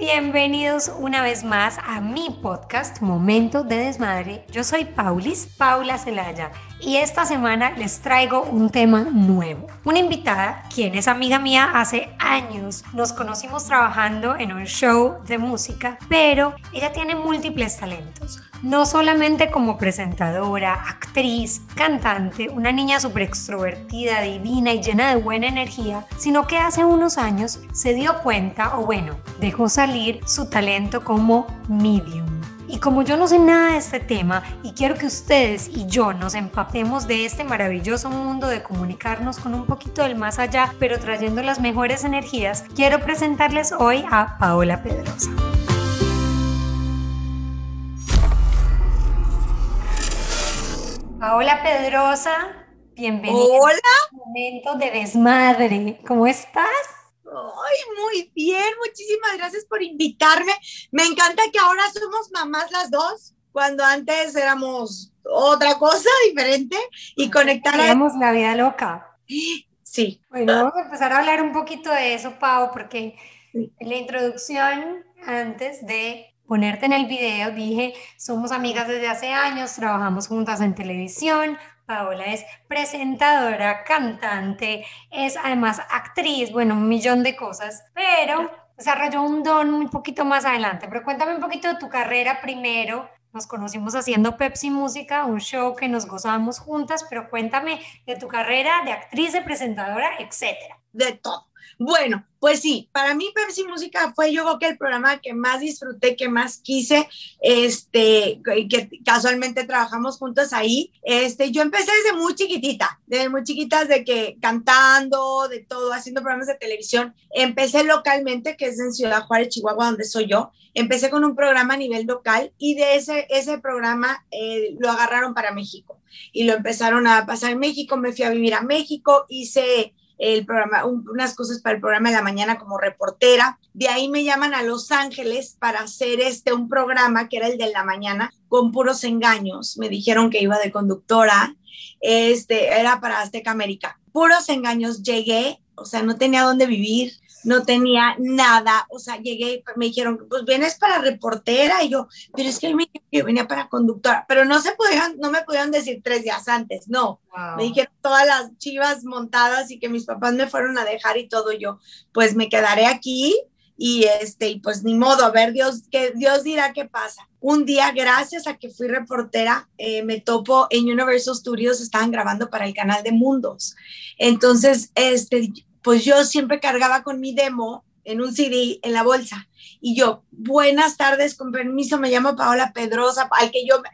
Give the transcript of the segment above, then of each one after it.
Bienvenidos una vez más a mi podcast Momento de Desmadre. Yo soy Paula Celaya, y esta semana les traigo un tema nuevo. Una invitada, quien es amiga mía hace años. Nos conocimos trabajando en un show de música, pero ella tiene múltiples talentos. No solamente como presentadora, actriz, cantante, una niña súper extrovertida, divina y llena de buena energía, sino que hace unos años se dio cuenta, o bueno, dejó salir su talento como medium. Y como yo no sé nada de este tema y quiero que ustedes y yo nos empapemos de este maravilloso mundo de comunicarnos con un poquito del más allá, pero trayendo las mejores energías, quiero presentarles hoy a Paola Pedrosa. Paola Pedrosa, bienvenida. Hola. A Momento de Desmadre. ¿Cómo estás? Ay, muy bien, muchísimas gracias por invitarme. Me encanta que ahora somos mamás las dos, cuando antes éramos otra cosa diferente y conectar a... Teníamos la vida loca. Sí. Bueno, vamos a empezar a hablar un poquito de eso, Pau, porque Sí. en la introducción, antes de ponerte en el video, dije, somos amigas desde hace años, trabajamos juntas en televisión. Paola es presentadora, cantante, es además actriz, bueno, un millón de cosas, pero desarrolló un don un poquito más adelante. Pero cuéntame un poquito de tu carrera primero. Nos conocimos haciendo Pepsi Música, un show que nos gozábamos juntas, pero cuéntame de tu carrera de actriz, de presentadora, etcétera. De todo. Bueno, pues sí, para mí Pepsi Música fue yo creo que el programa que más disfruté, que más quise, que casualmente trabajamos juntos ahí. Yo empecé desde muy chiquita, de que cantando, de todo, haciendo programas de televisión. Empecé localmente, que es en Ciudad Juárez, Chihuahua, donde soy yo. Empecé con un programa a nivel local y de ese programa lo agarraron para México y lo empezaron a pasar en México. Me fui a vivir a México, hice el programa, unas cosas para el programa de la mañana como reportera. De ahí me llaman a Los Ángeles para hacer un programa que era el de la mañana con puros engaños. Me dijeron que iba de conductora, era para Azteca América. Puros engaños, llegué, o sea, no tenía dónde vivir, no tenía nada, o sea, llegué, me dijeron, pues vienes para reportera, y yo, pero es que él me dijo que venía para conductora, pero no me pudieron decir 3 días antes, no. Wow. Me dijeron todas las chivas montadas y que mis papás me fueron a dejar y todo. Yo, pues me quedaré aquí y pues ni modo, a ver, que Dios dirá qué pasa. Un día, gracias a que fui reportera, me topo en Universal Studios, estaban grabando para el canal de Mundos. Entonces, pues yo siempre cargaba con mi demo en un CD en la bolsa. Y yo, buenas tardes, con permiso, me llamo Paola Pedrosa, la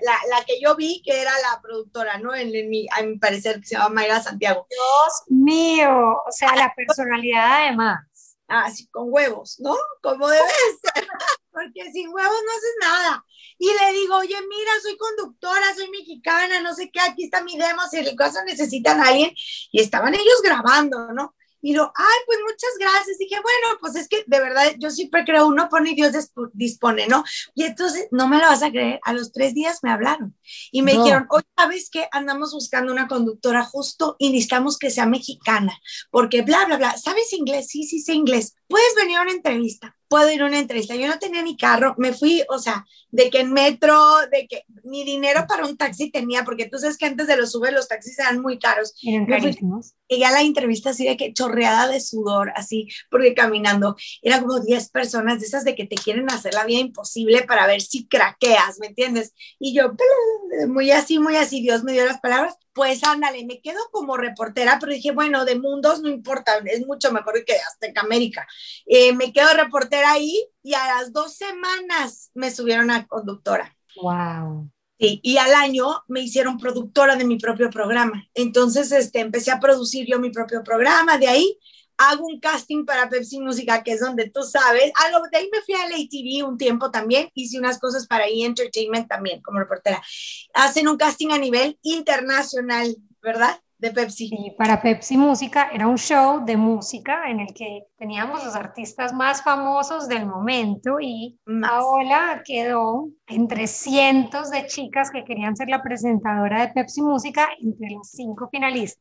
que yo vi que era la productora, ¿no? A mi parecer, que se llama Mayra Santiago. Dios mío, o sea, la personalidad además. Así, con huevos, ¿no? Como debe ser, porque sin huevos no haces nada. Y le digo, oye, mira, soy conductora, soy mexicana, no sé qué, aquí está mi demo, si en el caso necesitan a alguien. Y estaban ellos grabando, ¿no? Y yo, ay, pues muchas gracias. Dije, bueno, pues es que de verdad yo siempre creo, uno pone y Dios dispone, ¿no? Y entonces, no me lo vas a creer, a los 3 días me hablaron y me dijeron, oye, ¿sabes qué? Andamos buscando una conductora justo y necesitamos que sea mexicana, porque bla, bla, bla. ¿Sabes inglés? Sí, sí sé inglés. ¿Puedes venir a una entrevista? Puedo ir a una entrevista. Yo no tenía ni carro, me fui, o sea, de que en metro, de que ni dinero para un taxi tenía, porque tú sabes que antes de los Uber los taxis eran muy caros. Eran carísimos. Llegué a la entrevista así de que chorreada de sudor, así, porque caminando, eran como 10 personas de esas de que te quieren hacer la vida imposible para ver si craqueas, ¿me entiendes? Y yo, muy así, Dios me dio las palabras, pues ándale, me quedo como reportera, pero dije, bueno, de Mundos no importa, es mucho mejor que Azteca América. Me quedo reportera ahí y a las 2 semanas me subieron a conductora. Wow. Sí, y al año me hicieron productora de mi propio programa. Entonces, empecé a producir yo mi propio programa. De ahí hago un casting para Pepsi Música, que es donde tú sabes. De ahí me fui a LATV un tiempo también. Hice unas cosas para E! Entertainment también, como reportera. Hacen un casting a nivel internacional, ¿verdad? De Pepsi. Y para Pepsi Música era un show de música en el que teníamos los artistas más famosos del momento y Paola quedó entre cientos de chicas que querían ser la presentadora de Pepsi Música entre las 5 finalistas.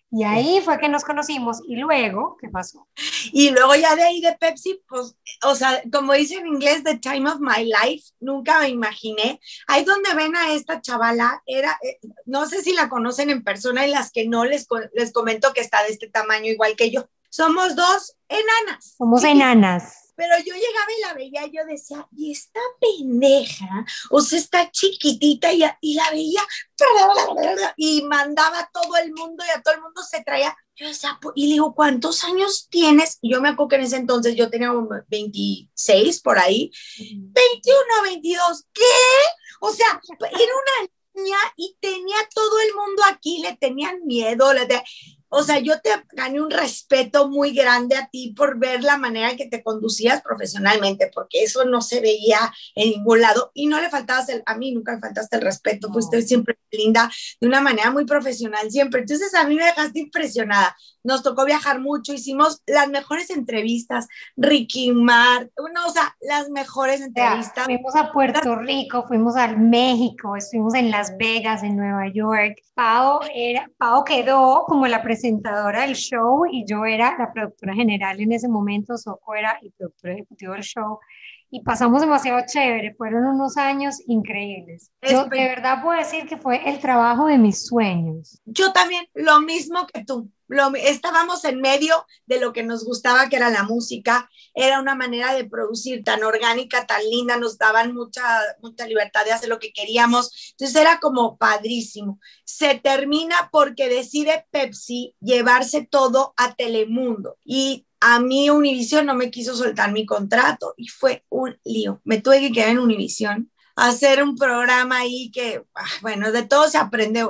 Y ahí fue que nos conocimos. Y luego, ¿qué pasó? Y luego ya de ahí de Pepsi, pues, o sea, como dice en inglés, the time of my life, nunca me imaginé. Ahí donde ven a esta chavala, no sé si la conocen en persona y las que no les comento que está de este tamaño igual que yo. Somos dos enanas. Somos enanas. Pero yo llegaba y la veía, yo decía, y esta pendeja, o sea, está chiquitita y la veía y mandaba a todo el mundo y a todo el mundo se traía. Yo decía, y le digo, ¿cuántos años tienes? Y yo me acuerdo que en ese entonces yo tenía 26 por ahí, 21, 22, ¿qué? O sea, era una niña y tenía todo el mundo aquí, le tenían miedo, o sea, yo te gané un respeto muy grande a ti por ver la manera en que te conducías profesionalmente, porque eso no se veía en ningún lado y no le faltabas, a mí nunca me faltaste el respeto, fuiste siempre linda, de una manera muy profesional siempre. Entonces a mí me dejaste impresionada. Nos tocó viajar mucho, hicimos las mejores entrevistas, Ricky Martin, o sea, las mejores entrevistas. Fuimos a Puerto Rico, fuimos a México, estuvimos en Las Vegas, en Nueva York. Pau quedó como la presentadora del show y yo era la productora general en ese momento, Soco era el productor ejecutivo del show. Y pasamos demasiado chévere, fueron unos años increíbles. Yo de verdad puedo decir que fue el trabajo de mis sueños. Yo también, lo mismo que tú. Estábamos en medio de lo que nos gustaba, que era la música, era una manera de producir tan orgánica, tan linda, nos daban mucha libertad de hacer lo que queríamos, entonces era como padrísimo. Se termina porque decide Pepsi llevarse todo a Telemundo y a mí Univision no me quiso soltar mi contrato y fue un lío, me tuve que quedar en Univision, hacer un programa ahí que, bueno, de todo se aprende,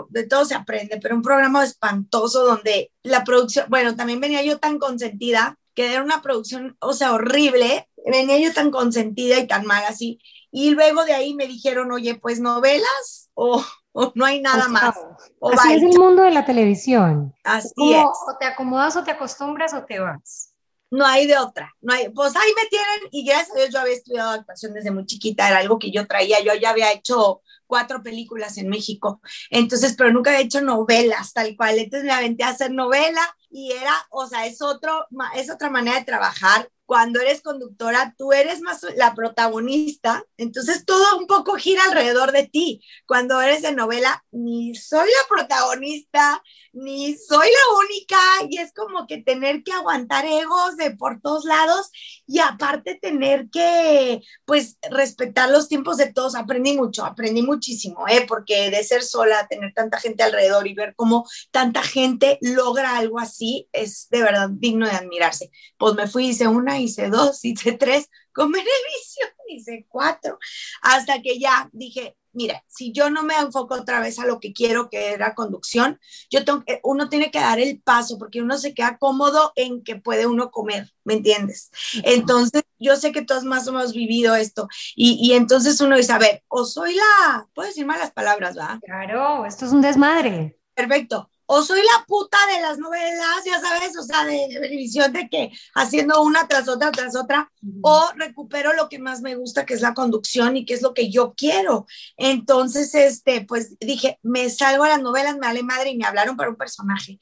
pero un programa espantoso donde la producción, bueno, también venía yo tan consentida, que era una producción, o sea, horrible, venía yo tan consentida y tan mal así, y luego de ahí me dijeron, oye, pues novelas o no hay nada más. Así es el mundo de la televisión. Así es. O te acomodas o te acostumbras o te vas. No hay de otra, no hay, pues ahí me tienen y gracias a Dios yo había estudiado actuación desde muy chiquita, era algo que yo traía, yo ya había hecho 4 películas en México, entonces, pero nunca había hecho novelas tal cual, entonces me aventé a hacer novela y era, o sea, es otra manera de trabajar. Cuando eres conductora, tú eres más la protagonista, entonces todo un poco gira alrededor de ti. Cuando eres de novela, ni soy la protagonista, ni soy la única, y es como que tener que aguantar egos de por todos lados, y aparte tener que, pues, respetar los tiempos de todos. Aprendí muchísimo, porque de ser sola, tener tanta gente alrededor y ver cómo tanta gente logra algo así, es de verdad digno de admirarse. Pues me fui, hice 1, hice 2, hice 3, con Venevisión hice 4, hasta que ya dije, mira, si yo no me enfoco otra vez a lo que quiero, que era conducción, uno tiene que dar el paso, porque uno se queda cómodo en que puede uno comer, ¿me entiendes? Entonces, yo sé que todos más hemos vivido esto, y entonces uno dice, a ver, o soy puedo decir malas palabras, ¿verdad? Claro, esto es un desmadre. Perfecto. O soy la puta de las novelas, ya sabes, o sea, de televisión, de que haciendo una tras otra, o recupero lo que más me gusta, que es la conducción y que es lo que yo quiero. Entonces, pues dije, me salgo a las novelas, me vale madre, y me hablaron para un personaje.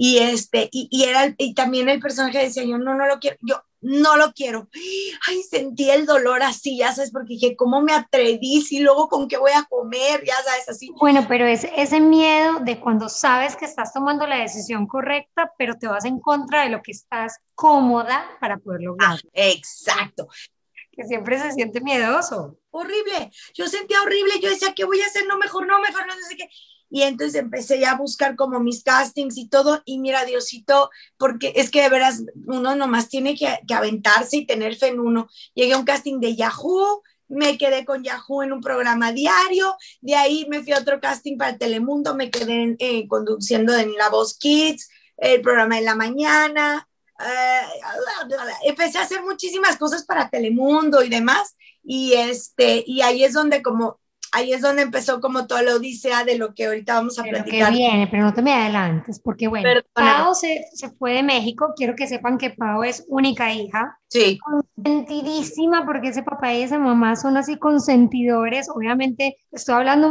Y también el personaje decía, yo no lo quiero, yo no lo quiero. Ay, sentí el dolor así, ya sabes, porque dije, ¿cómo me atreví? Si luego con qué voy a comer, ya sabes, así. Bueno, pero es ese miedo de cuando sabes que estás tomando la decisión correcta, pero te vas en contra de lo que estás cómoda para poder lograr. Exacto. Que siempre se siente miedoso. Horrible. Yo sentía horrible. Yo decía, ¿qué voy a hacer? No, mejor no sé qué. Y entonces empecé ya a buscar como mis castings y todo, y mira, Diosito, porque es que de veras uno nomás tiene que aventarse y tener fe en uno. Llegué a un casting de Yahoo, me quedé con Yahoo en un programa diario, de ahí me fui a otro casting para Telemundo, me quedé conduciendo en La Voz Kids, el programa de la mañana, empecé a hacer muchísimas cosas para Telemundo y demás, y ahí es donde empezó como toda la odisea de lo que ahorita vamos a platicar. Que viene, pero no te me adelantes, porque bueno, Pau se fue de México. Quiero que sepan que Pau es única hija. Sí. Consentidísima, porque ese papá y esa mamá son así consentidores. Obviamente, estoy hablando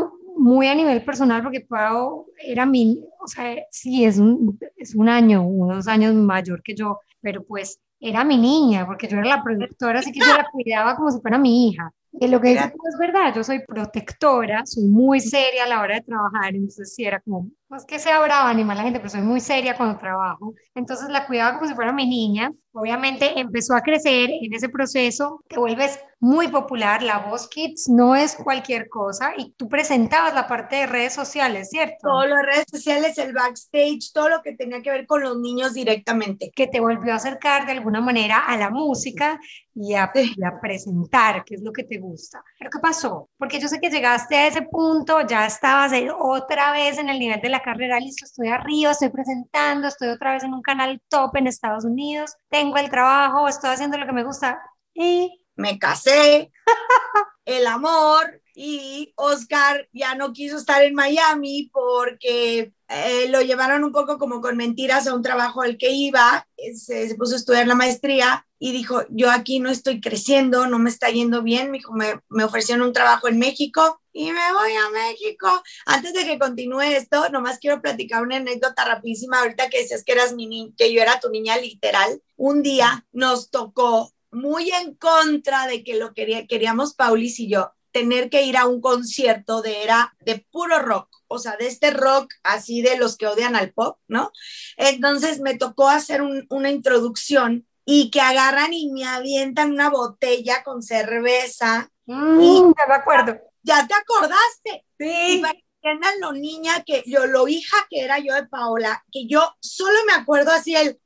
muy a nivel personal porque Pau era o sea, sí, es un año, 2 años mayor que yo, pero pues era mi niña, porque yo era la productora, así que yo la cuidaba como si fuera mi hija. Y lo que dices Mira, tú es verdad, yo soy protectora, soy muy seria a la hora de trabajar, entonces sí era como, no es que sea brava ni mala gente, pero soy muy seria cuando trabajo. Entonces la cuidaba como si fuera mi niña. Obviamente empezó a crecer en ese proceso, te vuelves muy popular, la Voz Kids no es cualquier cosa y tú presentabas la parte de redes sociales, ¿cierto? todas las redes sociales, el backstage, todo lo que tenía que ver con los niños directamente. Que te volvió a acercar de alguna manera a la música Sí. y a presentar, qué es lo que te gusta. Pero ¿qué pasó? Porque yo sé que llegaste a ese punto, ya estabas otra vez en el nivel de la carrera, listo, estoy arriba, estoy presentando, estoy otra vez en un canal top en Estados Unidos, tengo el trabajo, estoy haciendo lo que me gusta y Me casé, el amor, y Oscar ya no quiso estar en Miami porque lo llevaron un poco como con mentiras a un trabajo al que iba, se puso a estudiar la maestría y dijo, yo aquí no estoy creciendo, no me está yendo bien, me ofrecieron un trabajo en México y me voy a México. Antes de que continúe esto, nomás quiero platicar una anécdota rapidísima, ahorita que decías que eras que yo era tu niña literal. Un día nos tocó muy en contra de que queríamos Paulis y yo tener que ir a un concierto era de puro rock, o sea, de este rock así de los que odian al pop, ¿no? Entonces me tocó hacer una introducción y que agarran y me avientan una botella con cerveza y ya me acuerdo. ya te acordaste. Y para Sí. que entiendan lo niña que yo, lo hija que era yo de Paola, que yo solo me acuerdo así el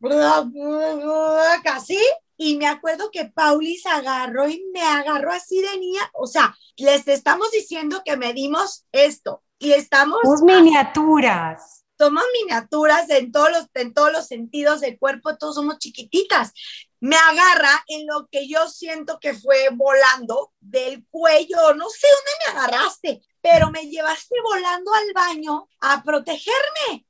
casi, y me acuerdo que Paulis agarró y me agarró así de niña, o sea, les estamos diciendo que medimos esto y estamos Somos miniaturas. somos miniaturas en todos los sentidos del cuerpo, todos somos chiquititas. Me agarra en lo que yo siento que fue volando del cuello, no sé dónde me agarraste, pero me llevaste volando al baño a protegerme.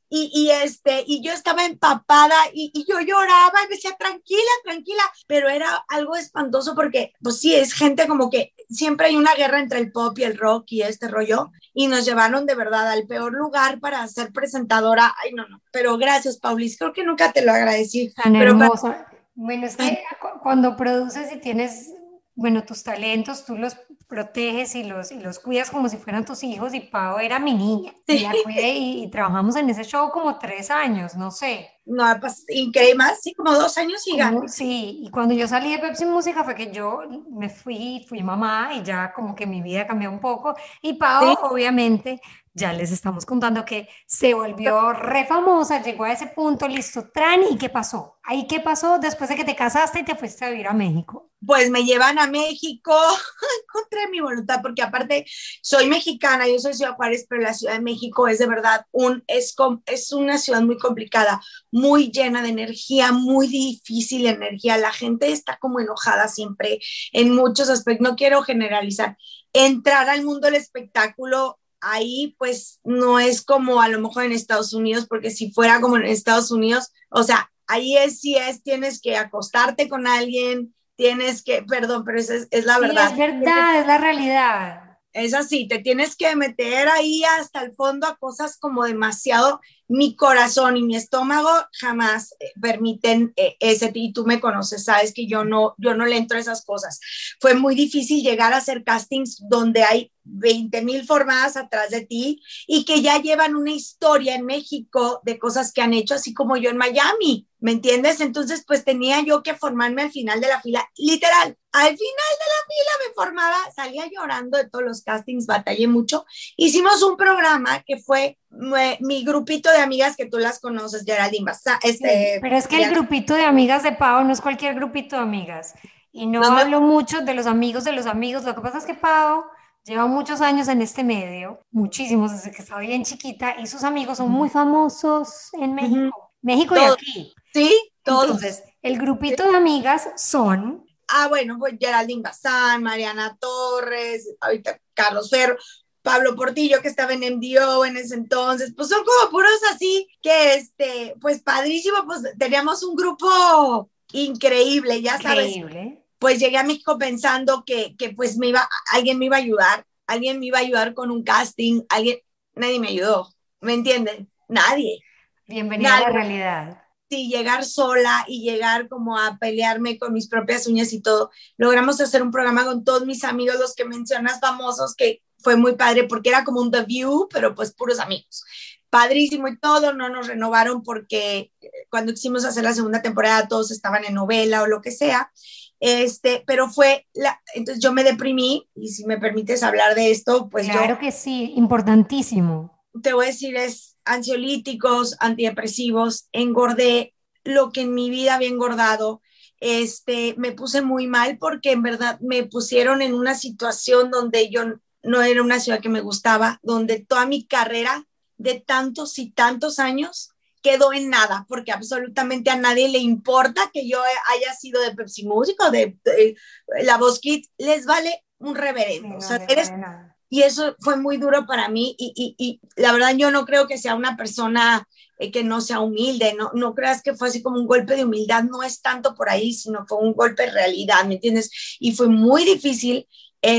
Y yo estaba empapada y yo lloraba y me decía, tranquila, tranquila, pero era algo espantoso porque, pues sí, es gente como que siempre hay una guerra entre el pop y el rock y este rollo, y nos llevaron de verdad al peor lugar para ser presentadora. Ay, no, no, pero gracias, Paulis, creo que nunca te lo agradecí, Tan pero para... hermosa. Bueno, es que cuando produces y tienes, bueno, tus talentos, tú los proteges y los cuidas como si fueran tus hijos. Y Pau era mi niña y la cuidé y trabajamos en ese show como 3 años, no sé. No, pues increíble, más, sí, como 2 años y Como, gato. sí, y cuando yo salí de Pepsi Música fue que yo me fui mamá y ya como que mi vida cambió un poco. Y Pau, Sí, obviamente, ya les estamos contando que se volvió re famosa, llegó a ese punto, listo, Tran, ¿y qué pasó? Ahí, ¿qué pasó después de que te casaste y te fuiste a vivir a México? pues me llevan a México contra mi voluntad, porque aparte soy mexicana, yo soy Ciudad Juárez, pero la Ciudad de México es de verdad es una ciudad muy complicada, muy llena de energía, muy difícil de energía. La gente está como enojada siempre en muchos aspectos. No quiero generalizar. Entrar al mundo del espectáculo ahí pues no es como a lo mejor en Estados Unidos, porque si fuera como en Estados Unidos, o sea, ahí tienes que acostarte con alguien, tienes que, perdón, pero es la Sí, verdad. es verdad, es la realidad. Es así, te tienes que meter ahí hasta el fondo a cosas como demasiado. Mi corazón y mi estómago jamás permiten ese, y tú me conoces, sabes que yo no le entro a esas cosas. Fue muy difícil llegar a hacer castings donde hay 20,000 formadas atrás de ti y que ya llevan una historia en México de cosas que han hecho, así como yo en Miami, ¿me entiendes? Entonces, pues tenía yo que formarme al final de la fila, literal, al final de la fila me formaba, salía llorando de todos los castings, batallé mucho. Hicimos un programa que fue mi grupito de amigas que tú las conoces, Geraldine Baza, Sí, pero es que el Mariana, grupito de amigas de Pau no es cualquier grupito de amigas. Y no los me hablo mucho de los amigos de los amigos. Lo que pasa es que Pau lleva muchos años en este medio, muchísimos, desde que estaba bien chiquita, y sus amigos son muy famosos en México. México y todos, aquí. ¿sí? Entonces, Todos. el grupito de amigas son, Bueno, pues Geraldine Bazán, Mariana Torres, ahorita Carlos Ferro, Pablo Portillo, que estaba en MDO en ese entonces, pues son como puros así, que pues padrísimo, pues teníamos un grupo increíble, ya sabes, increíble. pues llegué a México pensando que pues alguien me iba a ayudar, alguien me iba a ayudar con un casting, nadie me ayudó, ¿me entienden? Nadie, Bienvenida a la nadie. realidad. Sí, llegar sola y llegar como a pelearme con mis propias uñas y todo. Logramos hacer un programa con todos mis amigos, los que mencionas famosos, que fue muy padre porque era como un The View, pero pues puros amigos. Padrísimo y todo, no nos renovaron porque cuando quisimos hacer la segunda temporada todos estaban en novela o lo que sea. Pero entonces yo me deprimí y si me permites hablar de esto, pues yo Claro que sí, importantísimo. te voy a decir es ansiolíticos, antidepresivos, engordé lo que en mi vida había engordado. Me puse muy mal porque en verdad me pusieron en una situación donde yo no era una ciudad que me gustaba, donde toda mi carrera de tantos y tantos años quedó en nada, porque absolutamente a nadie le importa que yo haya sido de Pepsi Music o de La Voz Kids, les vale un Sí, reverendo. O no sea, les vale nada. y eso fue muy duro para mí y la verdad yo no creo que sea una persona que no sea humilde, no creas que fue así como un golpe de humildad, no es tanto por ahí, sino fue un golpe de realidad, ¿me entiendes? Y fue muy difícil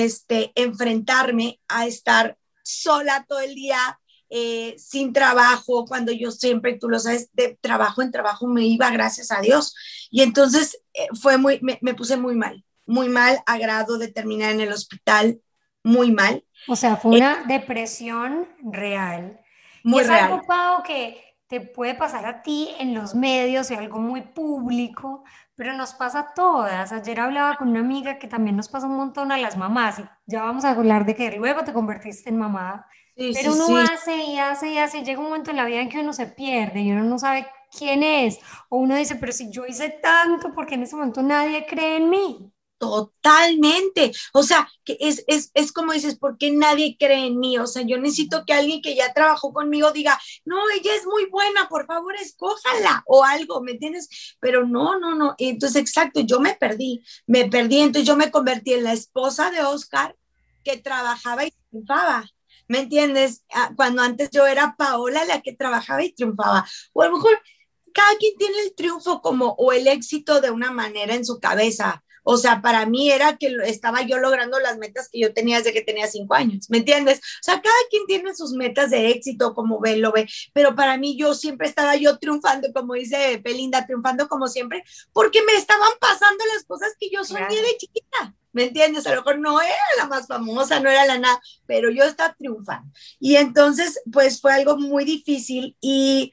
enfrentarme a estar sola todo el día, sin trabajo, cuando yo siempre, tú lo sabes, de trabajo en trabajo me iba, gracias a Dios. Y entonces me puse muy mal, a grado de terminar en el hospital, muy mal. O sea, fue Es una depresión real. Y muy es real. algo, Pau, que te puede pasar a ti en los medios y algo muy público, pero nos pasa a todas. Ayer hablaba con una amiga que también nos pasa un montón a las mamás, y ya vamos a hablar de que luego te convertiste en mamá, Sí, pero sí, uno sí, hace y hace y hace, y llega un momento en la vida en que uno se pierde y uno no sabe quién es, o uno dice, pero si yo hice tanto, porque en ese momento nadie cree en mí. totalmente. O sea, que es como dices, ¿por qué nadie cree en mí? O sea, yo necesito que alguien que ya trabajó conmigo diga, no, ella es muy buena, por favor, escójala o algo, ¿me entiendes? Pero no. Entonces, exacto, yo me perdí. Entonces yo me convertí en la esposa de Oscar que trabajaba y triunfaba. ¿Me entiendes? Cuando antes yo era Paola la que trabajaba y triunfaba. O a lo mejor cada quien tiene el triunfo como o el éxito de una manera en su cabeza. O sea, para mí era que estaba yo logrando las metas que yo tenía desde que tenía 5 años, ¿me entiendes? O sea, cada quien tiene sus metas de éxito, como ve, lo ve, pero para mí yo siempre estaba yo triunfando, como dice Belinda, triunfando como siempre, porque me estaban pasando las cosas que yo soñé Claro. de chiquita, ¿me entiendes? A lo mejor no era la más famosa, no era la nada, pero yo estaba triunfando. Y entonces, pues fue algo muy difícil y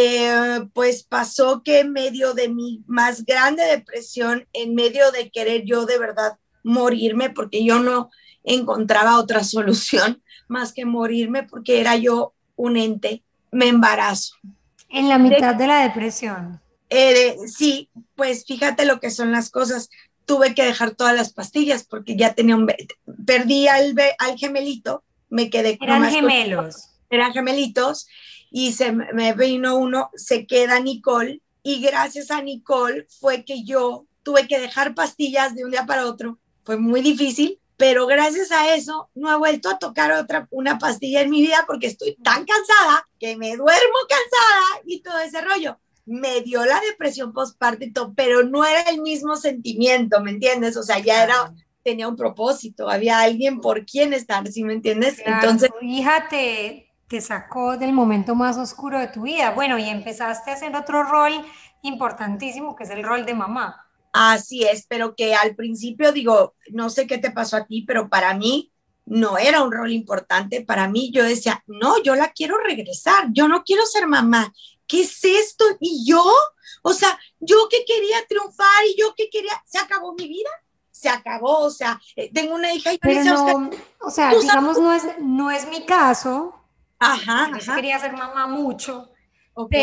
pues pasó que en medio de mi más grande depresión, en medio de querer yo de verdad morirme, porque yo no encontraba otra solución más que morirme, porque era yo un ente, me embarazo. En la De, mitad de la depresión. sí, pues fíjate lo que son las cosas. Tuve que dejar todas las pastillas porque ya tenía perdí al gemelito, me quedé Eran nomás con, gemelos. eran gemelitos y se me vino uno, se queda Nicole y gracias a Nicole fue que yo tuve que dejar pastillas de un día para otro. Fue muy difícil, pero gracias a eso no he vuelto a tocar una pastilla en mi vida porque estoy tan cansada que me duermo cansada y todo ese rollo. Me dio la depresión postparto, pero no era el mismo sentimiento, ¿me entiendes? O sea, ya era, Claro, tenía un propósito, había alguien por quien estar, ¿sí me entiendes? claro, Entonces, tu hija te sacó del momento más oscuro de tu vida. Bueno, y empezaste a hacer otro rol importantísimo, que es el rol de mamá. así es, pero que al principio digo, no sé qué te pasó a ti, pero para mí no era un rol importante. Para mí yo decía, no, yo la quiero regresar, yo no quiero ser mamá. ¿Qué es esto? ¿Y yo? O sea, yo que quería triunfar y yo que quería, se acabó mi vida, se acabó, o sea, tengo una hija y yo le Pero decía a Oscar, no, o sea, tú sabes, digamos, no es mi caso, ajá, porque yo sí ajá, quería ser mamá mucho, ok,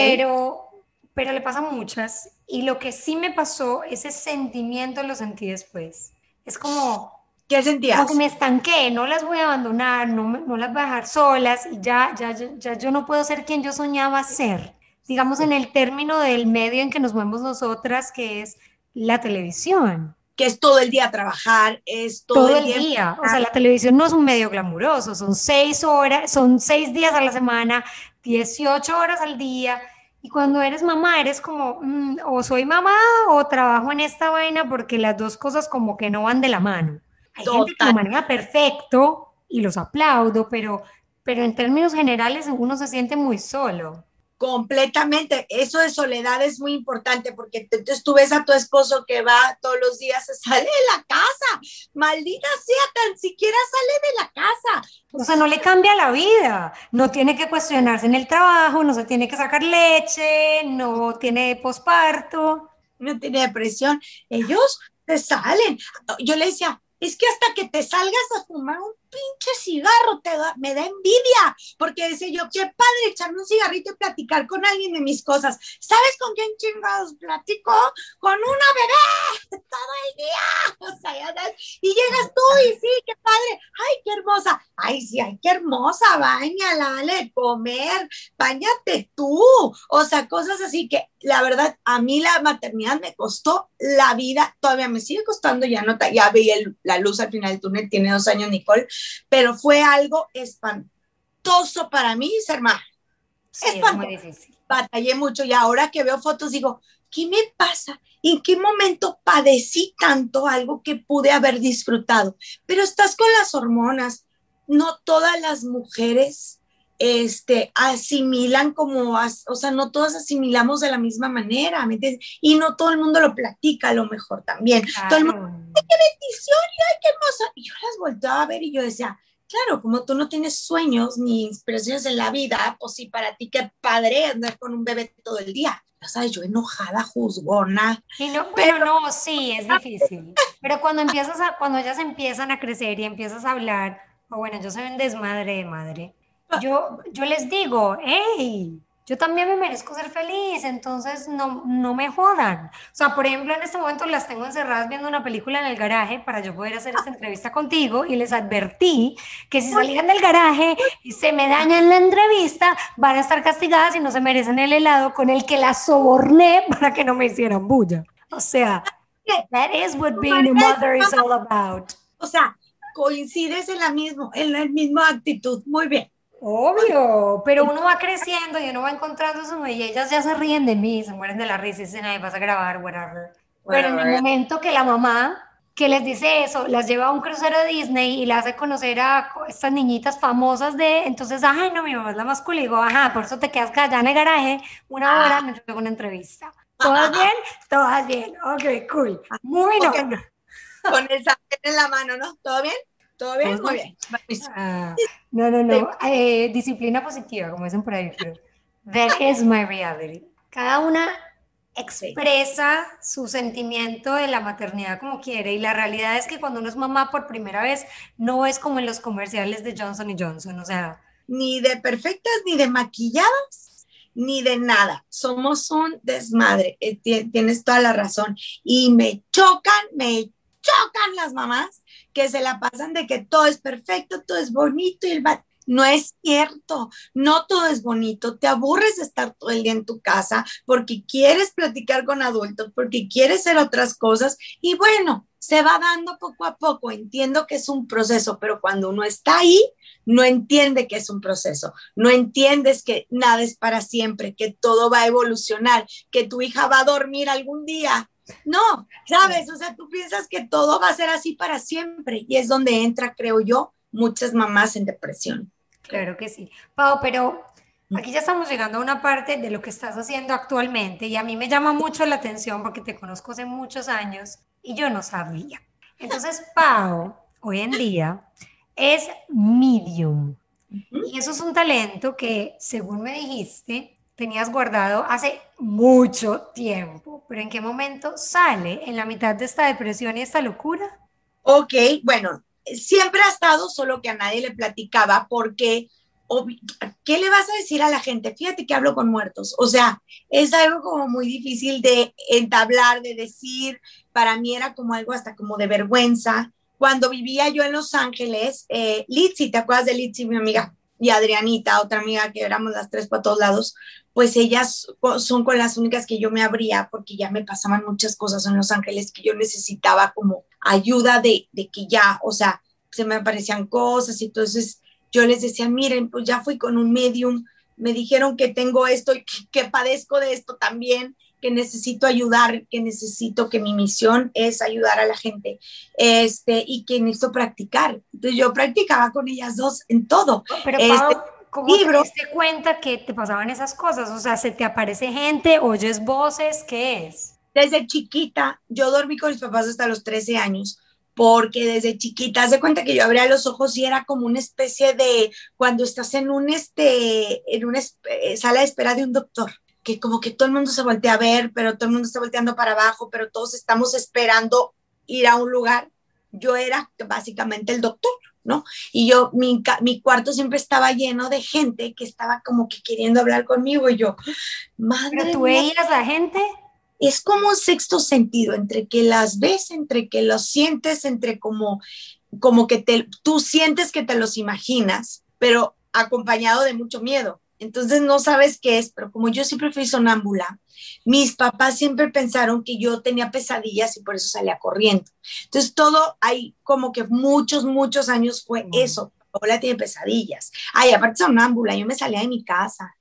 pero le pasa a muchas. Y lo que sí me pasó, ese sentimiento lo sentí después. Es ¿qué como que sentías? me estanqué, no las voy a abandonar, no las voy a dejar solas y ya yo no puedo ser quien yo soñaba ser. Digamos en el término del medio en que nos movemos nosotras, que es la televisión. Que es todo el día a trabajar, es todo Todo el el día día, o sea, la televisión no es un medio glamuroso, son 6 horas, son 6 días a la semana, 18 horas al día, y cuando eres mamá eres como, o soy mamá o trabajo en esta vaina porque las dos cosas como que no van de la mano. Hay gente que lo total. maneja perfecto, y los aplaudo, pero en términos generales uno se siente muy solo. Completamente, eso de soledad es muy importante porque entonces tú ves a tu esposo que va todos los días, se sale de la casa, maldita sea, tan siquiera sale de la casa. O sea, no le cambia la vida, no tiene que cuestionarse en el trabajo, no se tiene que sacar leche, no tiene posparto. No tiene depresión, ellos te salen. Yo le decía, es que hasta que te salgas a fumar un pinche cigarro me da envidia, porque decía yo, qué padre echarme un cigarrito y platicar con alguien de mis cosas. ¿Sabes con quién chingados platico? Con una bebé todo el día. O sea, ya sabes, y llegas tú y sí, qué padre, ay, qué hermosa, ay, sí, ay, qué hermosa, báñala, dale comer, báñate tú, o sea, cosas así que la verdad, a mí la maternidad me costó la vida, todavía me sigue costando, ya no, ya veía la luz al final del túnel, tiene 2 años Nicole, pero fue algo espantoso para mí ser madre, Sí, es muy espantoso, difícil. batallé mucho y ahora que veo fotos digo, ¿qué me pasa? ¿En qué momento padecí tanto algo que pude haber disfrutado? Pero estás con las hormonas, no todas las mujeres asimilan como, o sea, no todas asimilamos de la misma manera, ¿me entiendes? Y no todo el mundo lo platica a lo mejor también. Todo el mundo, Claro. ¡ay, qué bendición! Y ¡ay, qué hermosa! Y yo las volteaba a ver y yo decía, claro, como tú no tienes sueños ni inspiraciones en la vida, pues sí, para ti qué padre andar con un bebé todo el día. Ya sabes, yo enojada, juzgona, Y no, bueno, pero no, sí, es difícil. Pero cuando ellas empiezan a crecer y empiezas a hablar, o bueno, yo soy un desmadre de madre, yo les digo, hey, yo también me merezco ser feliz, entonces no me jodan. O sea, por ejemplo, en este momento las tengo encerradas viendo una película en el garaje para yo poder hacer esta entrevista contigo y les advertí que si salían del garaje y se me dañan la entrevista, van a estar castigadas y no se merecen el helado con el que las soborné para que no me hicieran bulla. O sea, that is what being a mother is all about. o sea, coincides en la misma actitud. Muy bien. Obvio, pero uno va creciendo y uno va encontrando eso y ellas ya se ríen de mí, se mueren de la risa y dicen, ay, vas a grabar, whatever. Pero en el Whatever. momento que la mamá que les dice eso, las lleva a un crucero de Disney y la hace conocer a estas niñitas famosas entonces, ay, no, mi mamá es la más cool, y digo, ajá, por eso te quedas callada en el garaje 1 hora mientras hago una entrevista. ¿Todas bien? Todas bien, ok, cool. Moving Ok, on. con el sartén en la mano, ¿no? ¿Todo bien? ¿Todo bien? ¿Todos Muy bien? bien. Buenísimo. Ah, no. Disciplina positiva, como dicen por ahí, pero that is my reality. Cada una Sí. expresa su sentimiento de la maternidad como quiere y la realidad es que cuando uno es mamá por primera vez no es como en los comerciales de Johnson y Johnson, o sea, Ni de perfectas, ni de maquilladas, ni de nada. Somos un desmadre. Tienes toda la razón. Y me chocan las mamás que se la pasan de que todo es perfecto, todo es bonito y no es cierto, no todo es bonito, te aburres de estar todo el día en tu casa porque quieres platicar con adultos, porque quieres hacer otras cosas y bueno, se va dando poco a poco, entiendo que es un proceso, pero cuando uno está ahí, no entiende que es un proceso, no entiendes que nada es para siempre, que todo va a evolucionar, que tu hija va a dormir algún día. No, sabes, o sea, tú piensas que todo va a ser así para siempre y es donde entra, creo yo, muchas mamás en depresión. Creo. claro que sí. Pau, pero aquí ya estamos llegando a una parte de lo que estás haciendo actualmente y a mí me llama mucho la atención porque te conozco hace muchos años y yo no sabía. Entonces, Pau, hoy en día es medium y eso es un talento que, según me dijiste, tenías guardado hace mucho tiempo. Pero ¿en qué momento sale en la mitad de esta depresión y esta locura? Ok, bueno, siempre ha estado, solo que a nadie le platicaba porque, ¿qué le vas a decir a la gente? Fíjate que hablo con muertos, o sea, es algo como muy difícil de entablar, de decir, para mí era como algo hasta como de vergüenza. Cuando vivía yo en Los Ángeles, Litzy, ¿te acuerdas de Litzy, mi amiga? Y Adrianita, otra amiga que éramos las tres para todos lados, pues ellas son con las únicas que yo me abría porque ya me pasaban muchas cosas en Los Ángeles que yo necesitaba como ayuda de que ya, o sea, se me aparecían cosas y entonces yo les decía, miren, pues ya fui con un medium, me dijeron que tengo esto y que padezco de esto también que necesito ayudar, que necesito, que mi misión es ayudar a la gente, y que necesito practicar. Entonces yo practicaba con ellas dos en todo. Pero Este Pau, ¿cómo te libro, diste cuenta que te pasaban esas cosas? O sea, ¿se te aparece gente, oyes voces? ¿Qué es? desde chiquita, yo dormí con mis papás hasta los 13 años, porque desde chiquita, haz de cuenta que yo abría los ojos y era como una especie de, cuando estás en una sala de espera de un doctor, que como que todo el mundo se voltea a ver, pero todo el mundo está volteando para abajo, pero todos estamos esperando ir a un lugar. Yo era básicamente el doctor, ¿no? Y yo, mi cuarto siempre estaba lleno de gente que estaba como que queriendo hablar conmigo y yo, ¿Pero madre tú mía, veías a gente? es como un sexto sentido, entre que las ves, entre que los sientes, entre como que tú sientes que te los imaginas, pero acompañado de mucho miedo. Entonces no sabes qué es, pero como yo siempre fui sonámbula, mis papás siempre pensaron que yo tenía pesadillas y por eso salía corriendo. Entonces todo, hay como que muchos años fue eso. Paola tiene pesadillas. Ay, aparte sonámbula, yo me salía de mi casa,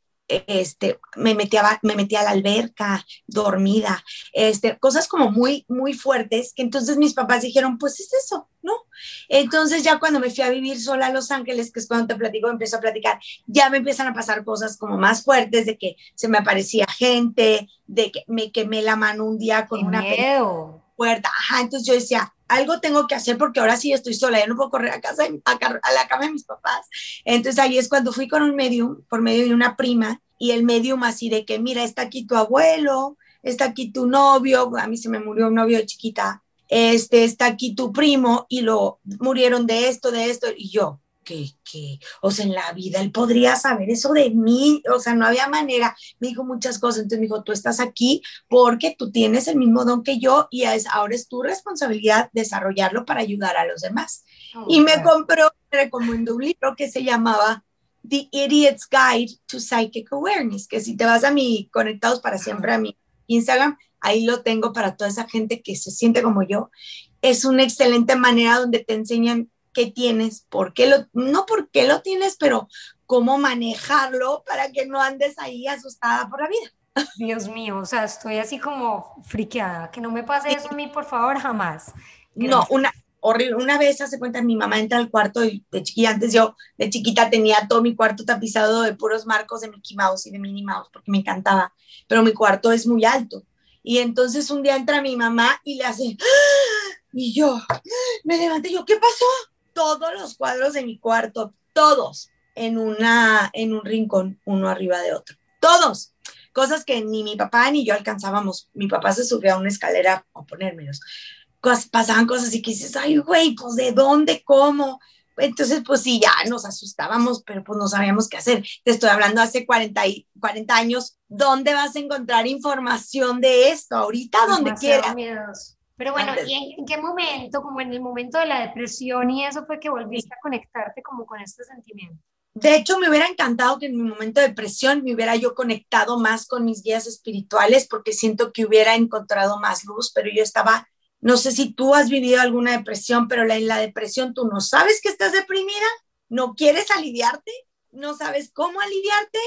me metía a la alberca, dormida, cosas como muy fuertes, que entonces mis papás dijeron, pues es eso, ¿no? Entonces ya cuando me fui a vivir sola a Los Ángeles, que es cuando te platico, empiezo a platicar, ya me empiezan a pasar cosas como más fuertes, de que se me aparecía gente, de que me quemé la mano un día con ¡Qué una pelota miedo! puerta. Ajá, entonces yo decía, algo tengo que hacer porque ahora sí estoy sola, ya no puedo correr a casa, a la cama de mis papás. Entonces ahí es cuando fui con un medium, por medio de una prima, y el medium así de que, mira, está aquí tu abuelo, está aquí tu novio, a mí se me murió un novio de chiquita, está aquí tu primo, y lo murieron de esto, y yo, o sea, en la vida él podría saber eso de mí, o sea, no había manera, me dijo muchas cosas, entonces me dijo, tú estás aquí porque tú tienes el mismo don que yo y ahora es tu responsabilidad desarrollarlo para ayudar a los demás. Oh, Y claro. me recomendó un libro que se llamaba The Idiot's Guide to Psychic Awareness, que si te vas a mi Conectados para Siempre, a mi Instagram, ahí lo tengo para toda esa gente que se siente como yo. Es una excelente manera donde te enseñan qué tienes, no por qué lo tienes, pero cómo manejarlo para que no andes ahí asustada por la vida. Dios mío, o sea, estoy así como friqueada. Que no me pase eso a mí, por favor, jamás. No, Gracias. horrible. Una vez, hace cuenta, mi mamá entra al cuarto y de chiquita, antes yo de chiquita tenía todo mi cuarto tapizado de puros marcos de Mickey Mouse y de Minnie Mouse, porque me encantaba, pero mi cuarto es muy alto. Y entonces un día entra mi mamá y le hace, ¡ah! Y yo me levanté, yo, ¿qué pasó? Todos los cuadros de mi cuarto, todos en un rincón, uno arriba de otro. Todos. Cosas que ni mi papá ni yo alcanzábamos. Mi papá se subió a una escalera a ponérmelos. Pasaban cosas y que dices, ay, güey, pues ¿de dónde? ¿Cómo? Entonces, pues sí, ya nos asustábamos, pero pues no sabíamos qué hacer. Te estoy hablando hace 40 años. ¿Dónde vas a encontrar información de esto? Ahorita, donde Demasiado quieras. miedoso. Pero bueno, Antes. ¿y en qué momento, como en el momento de la depresión y eso fue que volviste a conectarte como con este sentimiento? De hecho, me hubiera encantado que en mi momento de depresión me hubiera yo conectado más con mis guías espirituales porque siento que hubiera encontrado más luz, pero yo estaba, no sé si tú has vivido alguna depresión, pero en la depresión tú no sabes que estás deprimida, no quieres aliviarte, no sabes cómo aliviarte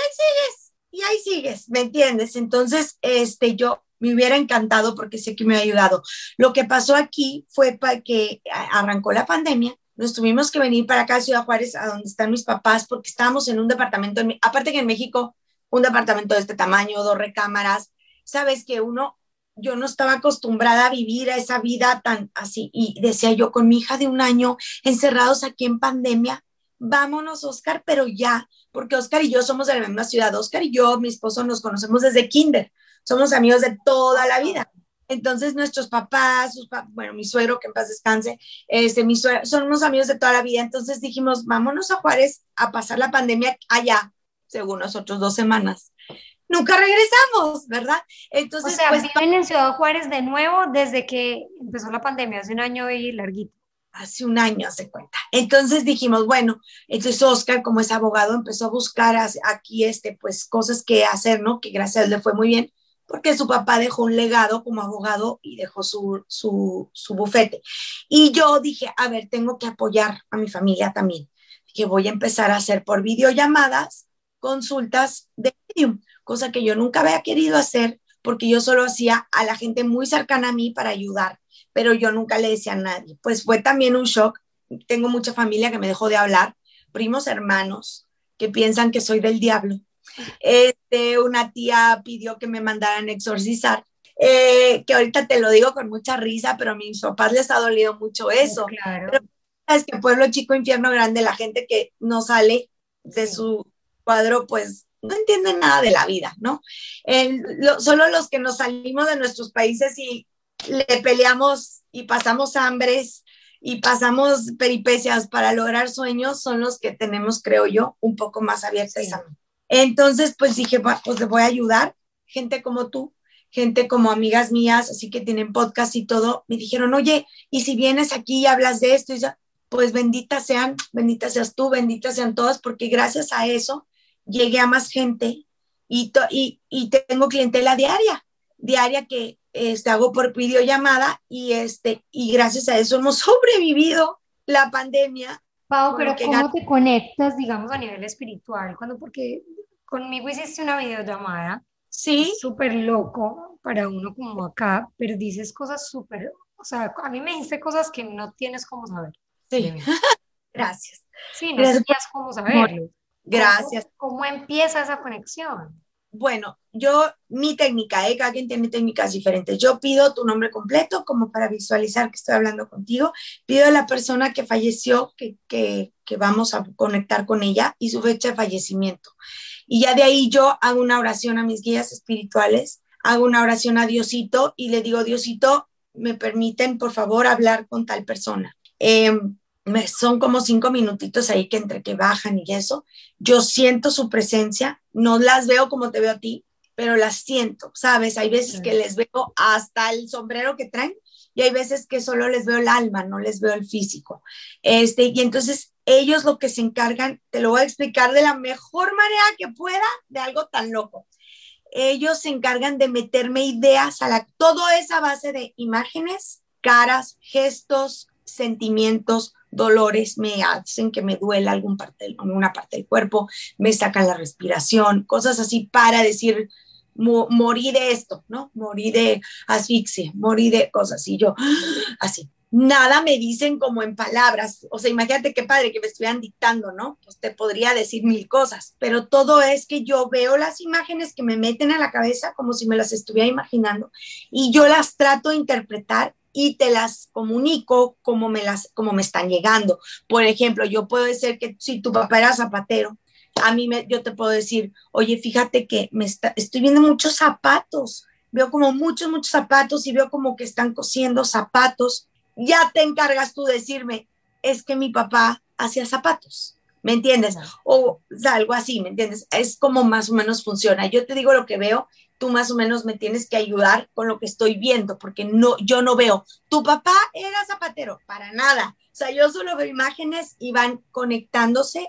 y ahí sigues, ¿me entiendes? Entonces, yo me hubiera encantado porque sé que me ha ayudado. Lo que pasó aquí fue para que arrancó la pandemia, nos tuvimos que venir para acá a Ciudad Juárez, a donde están mis papás, porque estábamos en un departamento, aparte que en México, un departamento de este tamaño, dos recámaras, sabes que yo no estaba acostumbrada a vivir a esa vida tan así, y decía yo, con mi hija de 1 año, encerrados aquí en pandemia, vámonos, Oscar, pero ya, porque Oscar y yo somos de la misma ciudad, Oscar y yo, mi esposo, nos conocemos desde kinder, somos amigos de toda la vida. Entonces nuestros papás, bueno, mi suegro, que en paz descanse, mi suegro, son unos amigos de toda la vida. Entonces dijimos, vámonos a Juárez a pasar la pandemia allá, según nosotros, 2 semanas. Nunca regresamos, ¿verdad? O Entonces, sea, pues viven en Ciudad Juárez de nuevo desde que empezó la pandemia, hace un año y larguito. hace 1 año se cuenta. Entonces dijimos, bueno, entonces Oscar, como es abogado, empezó a buscar aquí, pues cosas que hacer, ¿no? Que gracias a él le fue muy bien, porque su papá dejó un legado como abogado y dejó su bufete. Y yo dije, a ver, tengo que apoyar a mi familia también. Dije, voy a empezar a hacer por videollamadas consultas de medium, cosa que yo nunca había querido hacer porque yo solo hacía a la gente muy cercana a mí para ayudar, pero yo nunca le decía a nadie. Pues fue también un shock. Tengo mucha familia que me dejó de hablar, primos hermanos que piensan que soy del diablo. Una tía pidió que me mandaran a exorcizar, que ahorita te lo digo con mucha risa, pero a mis papás les ha dolido mucho eso. Claro. Pero es que pueblo chico, infierno grande, la gente que no sale de su cuadro, pues no entienden nada de la vida, ¿no? Solo los que nos salimos de nuestros países y le peleamos y pasamos hambres y pasamos peripecias para lograr sueños son los que tenemos, creo yo, un poco más abierta esa mente. Entonces, pues dije, pues le voy a ayudar. Gente como tú, gente como amigas mías, así que tienen podcast y todo, me dijeron, oye, ¿y si vienes aquí y hablas de esto? Y ya, pues bendita seas tú, benditas sean todas, porque gracias a eso llegué a más gente y tengo clientela diaria que hago por videollamada y gracias a eso hemos sobrevivido la pandemia. Pau, pero ¿cómo te conectas, digamos, a nivel espiritual? Porque conmigo hiciste una videollamada, sí, súper loco para uno como acá, pero dices cosas súper, o sea, a mí me dijiste cosas que no tienes cómo saber. Sí, gracias. Sí, no gracias tenías cómo saberlo. Gracias. ¿Cómo empieza esa conexión? Bueno, mi técnica, cada quien tiene técnicas diferentes. Yo pido tu nombre completo como para visualizar que estoy hablando contigo. Pido a la persona que falleció, que vamos a conectar con ella y su fecha de fallecimiento. Y ya de ahí yo hago una oración a mis guías espirituales, hago una oración a Diosito y le digo, Diosito, ¿me permiten, por favor, hablar con tal persona? Son como 5 minutitos ahí que entre que bajan y eso, yo siento su presencia, no las veo como te veo a ti, pero las siento, ¿sabes? Hay veces que les veo hasta el sombrero que traen y hay veces que solo les veo el alma, no les veo el físico. Y entonces ellos lo que se encargan, te lo voy a explicar de la mejor manera que pueda de algo tan loco. Ellos se encargan de meterme ideas toda esa base de imágenes, caras, gestos, sentimientos, dolores, me hacen que me duela alguna parte del cuerpo, me sacan la respiración, cosas así para decir, morí de esto, ¿no? Morí de asfixia, morí de cosas, y yo, así. Nada me dicen como en palabras, o sea, imagínate qué padre que me estuvieran dictando, ¿no? Pues te podría decir 1000 cosas, pero todo es que yo veo las imágenes que me meten a la cabeza como si me las estuviera imaginando y yo las trato de interpretar y te las comunico como me están llegando. Por ejemplo, yo puedo decir que si tu papá era zapatero, yo te puedo decir, oye, fíjate que estoy viendo muchos zapatos, veo como muchos zapatos y veo como que están cosiendo zapatos. Ya te encargas tú de decirme, es que mi papá hacía zapatos, ¿me entiendes? O sea, algo así, ¿me entiendes? Es como más o menos funciona. Yo te digo lo que veo, tú más o menos me tienes que ayudar con lo que estoy viendo, porque yo no veo, tu papá era zapatero, para nada. O sea, yo solo veo imágenes y van conectándose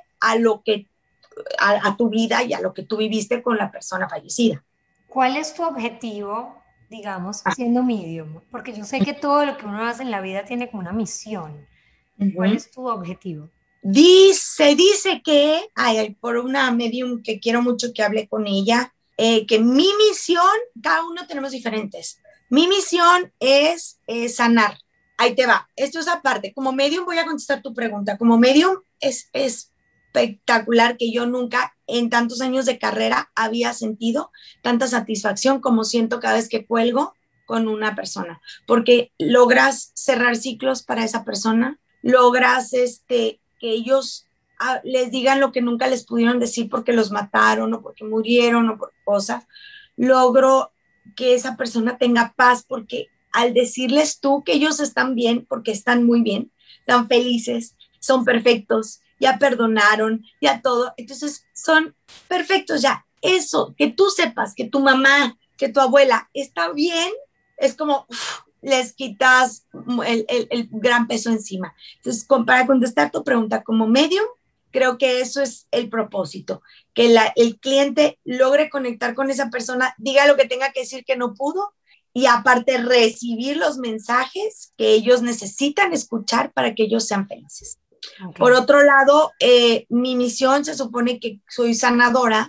a tu vida y a lo que tú viviste con la persona fallecida. ¿Cuál es tu objetivo, digamos, siendo medium? Porque yo sé que todo lo que uno hace en la vida tiene como una misión. ¿Cuál es tu objetivo? Dice que, por una medium que quiero mucho que hable con ella, que mi misión, cada uno tenemos diferentes. Mi misión es sanar. Ahí te va. Esto es aparte. Como medium voy a contestar tu pregunta. Como medium es espectacular que yo nunca en tantos años de carrera había sentido tanta satisfacción como siento cada vez que cuelgo con una persona, porque logras cerrar ciclos para esa persona, logras que ellos les digan lo que nunca les pudieron decir porque los mataron o porque murieron o por cosas. Logro que esa persona tenga paz porque al decirles tú que ellos están bien, porque están muy bien, están felices, son perfectos, ya perdonaron, ya todo, entonces son perfectos ya. Eso, que tú sepas que tu mamá, que tu abuela está bien, es como les quitas el gran peso encima. Entonces, para contestar tu pregunta como medium, creo que eso es el propósito, que el cliente logre conectar con esa persona, diga lo que tenga que decir que no pudo y aparte recibir los mensajes que ellos necesitan escuchar para que ellos sean felices. Okay. Por otro lado, mi misión se supone que soy sanadora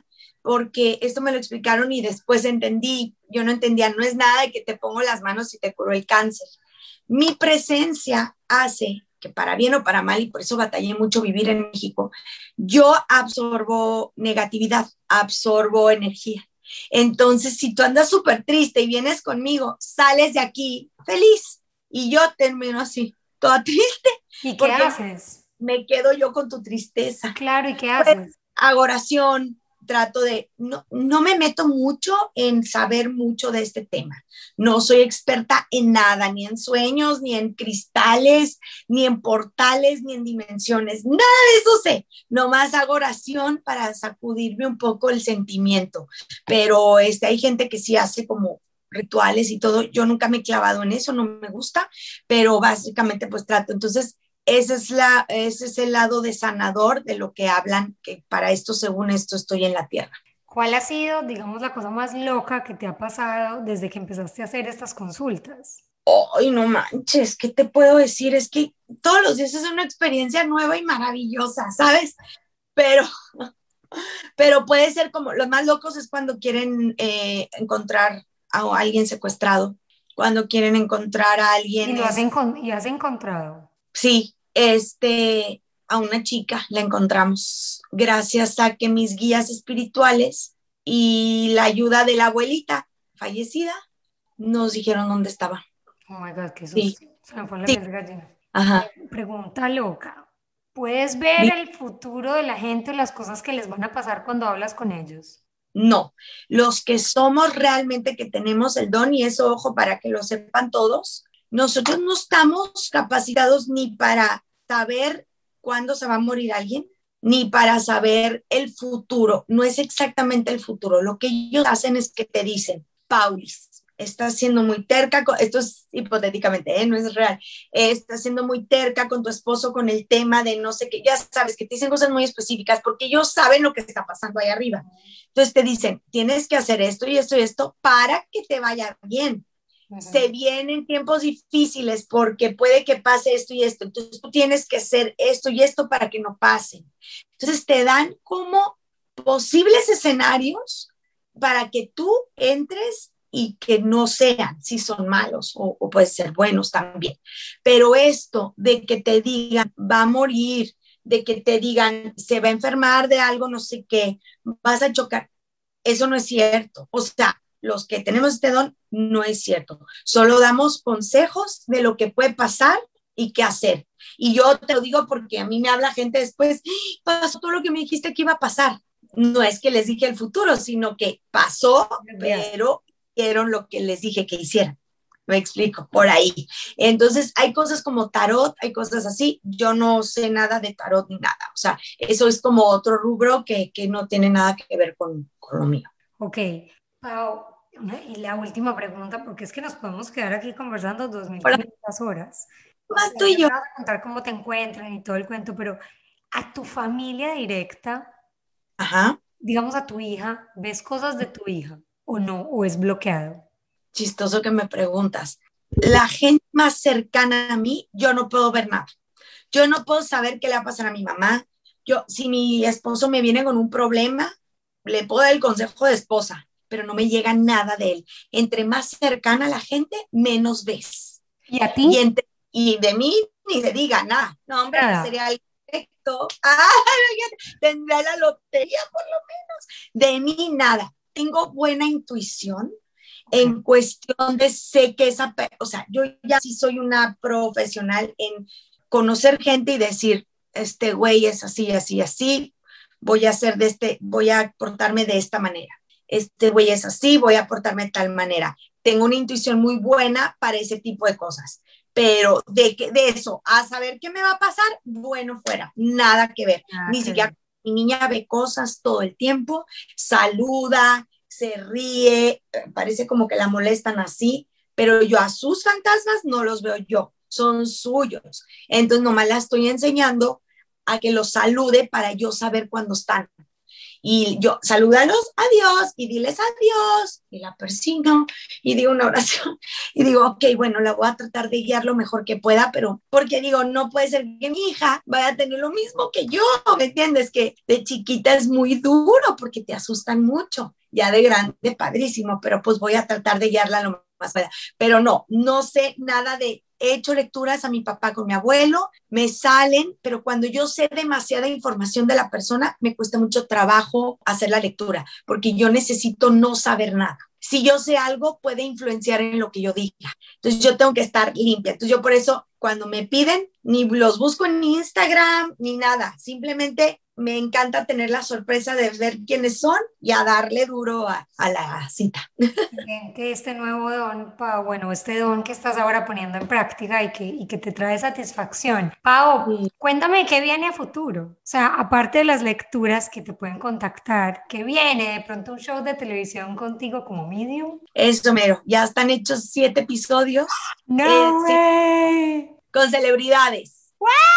porque esto me lo explicaron y después entendí, yo no entendía, no es nada de que te pongo las manos y te curo el cáncer. Mi presencia hace que para bien o para mal, y por eso batallé mucho vivir en México, yo absorbo negatividad, absorbo energía. Entonces, si tú andas súper triste y vienes conmigo, sales de aquí feliz y yo termino así, toda triste. ¿Y qué porque haces? me quedo yo con tu tristeza. Claro, ¿y qué Pues, haces? hago oración, trato de, no me meto mucho en saber mucho de este tema. No soy experta en nada, ni en sueños, ni en cristales, ni en portales, ni en dimensiones. Nada de eso sé. Nomás hago oración para sacudirme un poco el sentimiento. Pero hay gente que sí hace como rituales y todo. Yo nunca me he clavado en eso, no me gusta, pero básicamente pues trato. Entonces, ese es el lado de sanador de lo que hablan, que para esto, según esto, estoy en la tierra. ¿Cuál ha sido, digamos, la cosa más loca que te ha pasado desde que empezaste a hacer estas consultas? Ay, no manches, ¿qué te puedo decir? Es que todos los días es una experiencia nueva y maravillosa, ¿sabes? Pero, pero puede ser como, los más locos es cuando quieren encontrar a alguien secuestrado, cuando quieren encontrar a ¿Y alguien, y has encontrado? sí, a una chica la encontramos gracias a que mis guías espirituales y la ayuda de la abuelita fallecida nos dijeron dónde estaba. Oh my God, qué Sí, susto. Se me fue la sí, piel de gallina. ajá. Pregunta loca. ¿Puedes ver el futuro de la gente o las cosas que les van a pasar cuando hablas con ellos? No, los que somos realmente que tenemos el don y eso, ojo, para que lo sepan todos, nosotros no estamos capacitados ni para saber cuándo se va a morir alguien, ni para saber el futuro. No es exactamente el futuro. Lo que ellos hacen es que te dicen, Paulis, estás siendo muy terca, esto es hipotéticamente, no es real, estás siendo muy terca con tu esposo con el tema de no sé qué, ya sabes que te dicen cosas muy específicas porque ellos saben lo que está pasando ahí arriba. Entonces te dicen, tienes que hacer esto y esto y esto para que te vaya bien. Se vienen tiempos difíciles porque puede que pase esto y esto. Entonces tú tienes que hacer esto y esto para que no pasen. Entonces te dan como posibles escenarios para que tú entres y que no sean, si son malos o pueden ser buenos también. Pero esto de que te digan, va a morir, de que te digan, se va a enfermar de algo, no sé qué, vas a chocar, eso no es cierto. O sea, los que tenemos este don, no es cierto. Solo damos consejos de lo que puede pasar y qué hacer. Y yo te lo digo porque a mí me habla gente después, pasó todo lo que me dijiste que iba a pasar. No es que les dije el futuro, sino que pasó, pero hicieron lo que les dije que hicieran. Me explico, por ahí. Entonces, hay cosas como tarot, hay cosas así. Yo no sé nada de tarot ni nada. O sea, eso es como otro rubro que no tiene nada que ver con lo mío. Ok, Pau, y la última pregunta, porque es que nos podemos quedar aquí conversando Ahora, 2500 horas. O más sea, tú ya y me yo. vas a contar cómo te encuentran y todo el cuento, pero a tu familia directa, Ajá, digamos a tu hija, ¿ves cosas de tu hija o no? ¿O es bloqueado? chistoso que me preguntas. La gente más cercana a mí, yo no puedo ver nada. Yo no puedo saber qué le va a pasar a mi mamá. Yo, si mi esposo me viene con un problema, le puedo dar el consejo de esposa, pero no me llega nada de él. Entre más cercana a la gente, menos ves. ¿Y a Y, ti? y de mí ni se diga nada. No, hombre, Nada. sería el perfecto. Ah, tendrá la lotería por lo menos. De mí nada. Tengo buena intuición Ok. en cuestión de sé que o sea, yo ya sí soy una profesional en conocer gente y decir, este güey es así, así, así, voy a hacer voy a portarme de esta manera. Este güey es así, voy a portarme de tal manera. Tengo una intuición muy buena para ese tipo de cosas. Pero de eso, a saber qué me va a pasar, bueno, fuera, nada que ver. Nada Ni que siquiera ver. mi niña ve cosas todo el tiempo, saluda, se ríe, parece como que la molestan así, pero yo a sus fantasmas no los veo yo, son suyos. Entonces nomás la estoy enseñando a que los salude para yo saber cuándo están. y yo, salúdalos, adiós, y diles adiós, y la persigno, y digo una oración, y digo, ok, bueno, la voy a tratar de guiar lo mejor que pueda, pero porque digo, no puede ser que mi hija vaya a tener lo mismo que yo, ¿me entiendes? Que de chiquita es muy duro porque te asustan mucho, ya de grande, padrísimo, pero pues voy a tratar de guiarla lo más para. Pero no sé nada de, he hecho lecturas a mi papá con mi abuelo, me salen, pero cuando yo sé demasiada información de la persona, me cuesta mucho trabajo hacer la lectura, porque yo necesito no saber nada. Si yo sé algo, puede influenciar en lo que yo diga. Entonces yo tengo que estar limpia. Entonces yo por eso, cuando me piden, ni los busco en Instagram, ni nada. Simplemente me encanta tener la sorpresa de ver quiénes son y a darle duro a la cita. Excelente este nuevo don, Pau. Bueno, este don que estás ahora poniendo en práctica y que te trae satisfacción. Pau, Sí. cuéntame qué viene a futuro. O sea, aparte de las lecturas que te pueden contactar, ¿qué viene? ¿De pronto un show de televisión contigo como medium? Eso mero, ya están hechos 7 episodios No sí, way. con celebridades.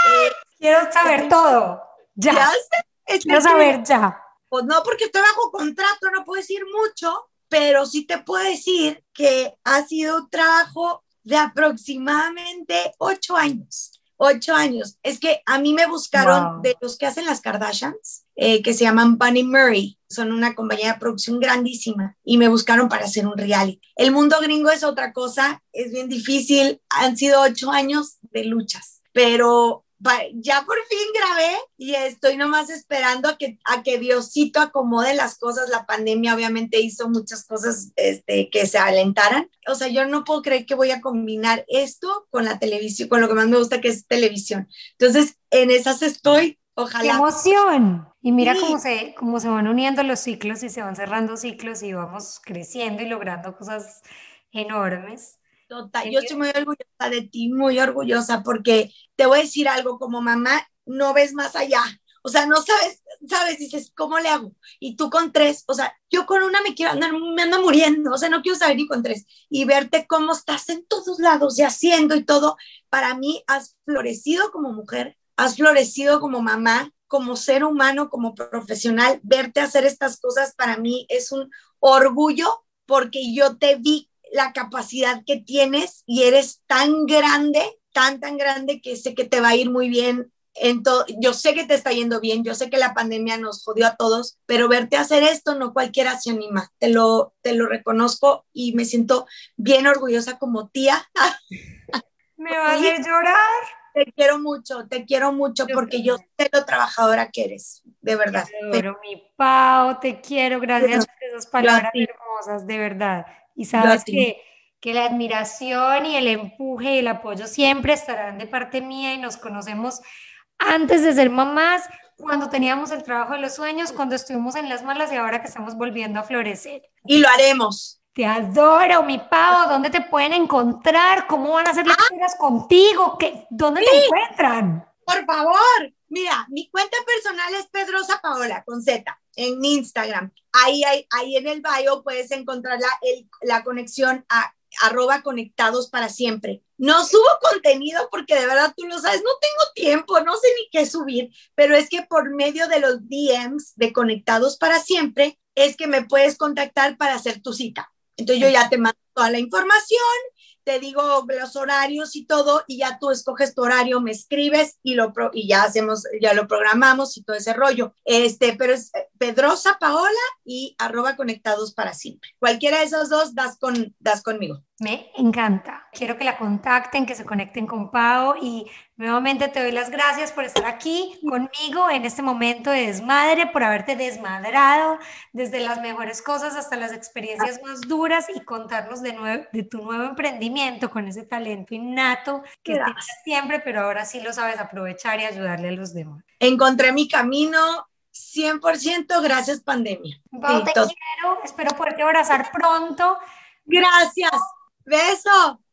Quiero saber todo. Ya Ya. sé, Quiero está chévere. saber ya. Pues no, porque estoy bajo contrato, no puedo decir mucho, pero sí te puedo decir que ha sido un trabajo de aproximadamente 8 años. 8 años. Es que a mí me buscaron Wow. de los que hacen las Kardashians, que se llaman Bunny Murray, son una compañía de producción grandísima, y me buscaron para hacer un reality. El mundo gringo es otra cosa, es bien difícil, han sido 8 años de luchas, pero ya por fin grabé y estoy nomás esperando a que Diosito acomode las cosas. La pandemia obviamente hizo muchas cosas que se alentaran. O sea, yo no puedo creer que voy a combinar esto con la televisión, con lo que más me gusta, que es televisión. Entonces, en esas estoy, ¡Qué ojalá. emoción! Y mira Sí, cómo se van uniendo los ciclos y se van cerrando ciclos y vamos creciendo y logrando cosas enormes. total, yo estoy Eh, muy orgullosa de ti, muy orgullosa, porque te voy a decir algo, como mamá, no ves más allá. O sea, no sabes, dices, ¿cómo le hago? Y tú con 3, o sea, yo con una me ando muriendo, o sea, no quiero saber ni con 3. Y verte cómo estás en todos lados y haciendo y todo, para mí has florecido como mujer, has florecido como mamá, como ser humano, como profesional. Verte hacer estas cosas para mí es un orgullo, porque yo te vi la capacidad que tienes y eres tan grande, tan grande, que sé que te va a ir muy bien en todo. Yo sé que te está yendo bien, yo sé que la pandemia nos jodió a todos, pero verte hacer esto, no cualquiera se anima. Te lo reconozco y me siento bien orgullosa como tía. Me va a Tu hija, hacer llorar. te quiero mucho Yo porque yo también. sé lo trabajadora que eres, de Te verdad. adoro, mi Pau, te quiero. Gracias por esas Yo a palabras ti, hermosas, de verdad. Y yo a sabes ti. que la admiración y el empuje y el apoyo siempre estarán de parte mía y nos conocemos antes de ser mamás, cuando teníamos el trabajo de los sueños, cuando estuvimos en las malas y ahora que estamos volviendo a florecer. Y lo haremos. Te adoro, mi Pau. ¿Dónde te pueden encontrar? ¿Cómo van a hacer Ah, lecturas contigo? ¿Dónde te sí, encuentran? por favor, mira, mi cuenta personal es Pedrosa Paola con Z en Instagram. Ahí en el bio puedes encontrar la conexión a @conectados para siempre. No subo contenido porque de verdad tú lo sabes, no tengo tiempo, no sé ni qué subir, pero es que por medio de los DMs de Conectados para siempre es que me puedes contactar para hacer tu cita. Entonces yo ya te mando toda la información, te digo los horarios y todo, y ya tú escoges tu horario, me escribes y ya lo programamos y todo ese rollo. Pero es Pedrosa Paola y @conectados para siempre. Cualquiera de esos dos das conmigo. Me encanta. Quiero que la contacten, que se conecten con Pau y nuevamente te doy las gracias por estar aquí conmigo en este momento de desmadre, por haberte desmadrado desde las mejores cosas hasta las experiencias más duras y contarnos de tu nuevo emprendimiento con ese talento innato que tienes siempre, pero ahora sí lo sabes aprovechar y ayudarle a los demás. Encontré mi camino 100% gracias pandemia. Pau, Sí, te todo. quiero, espero poderte abrazar pronto. Gracias. Beso.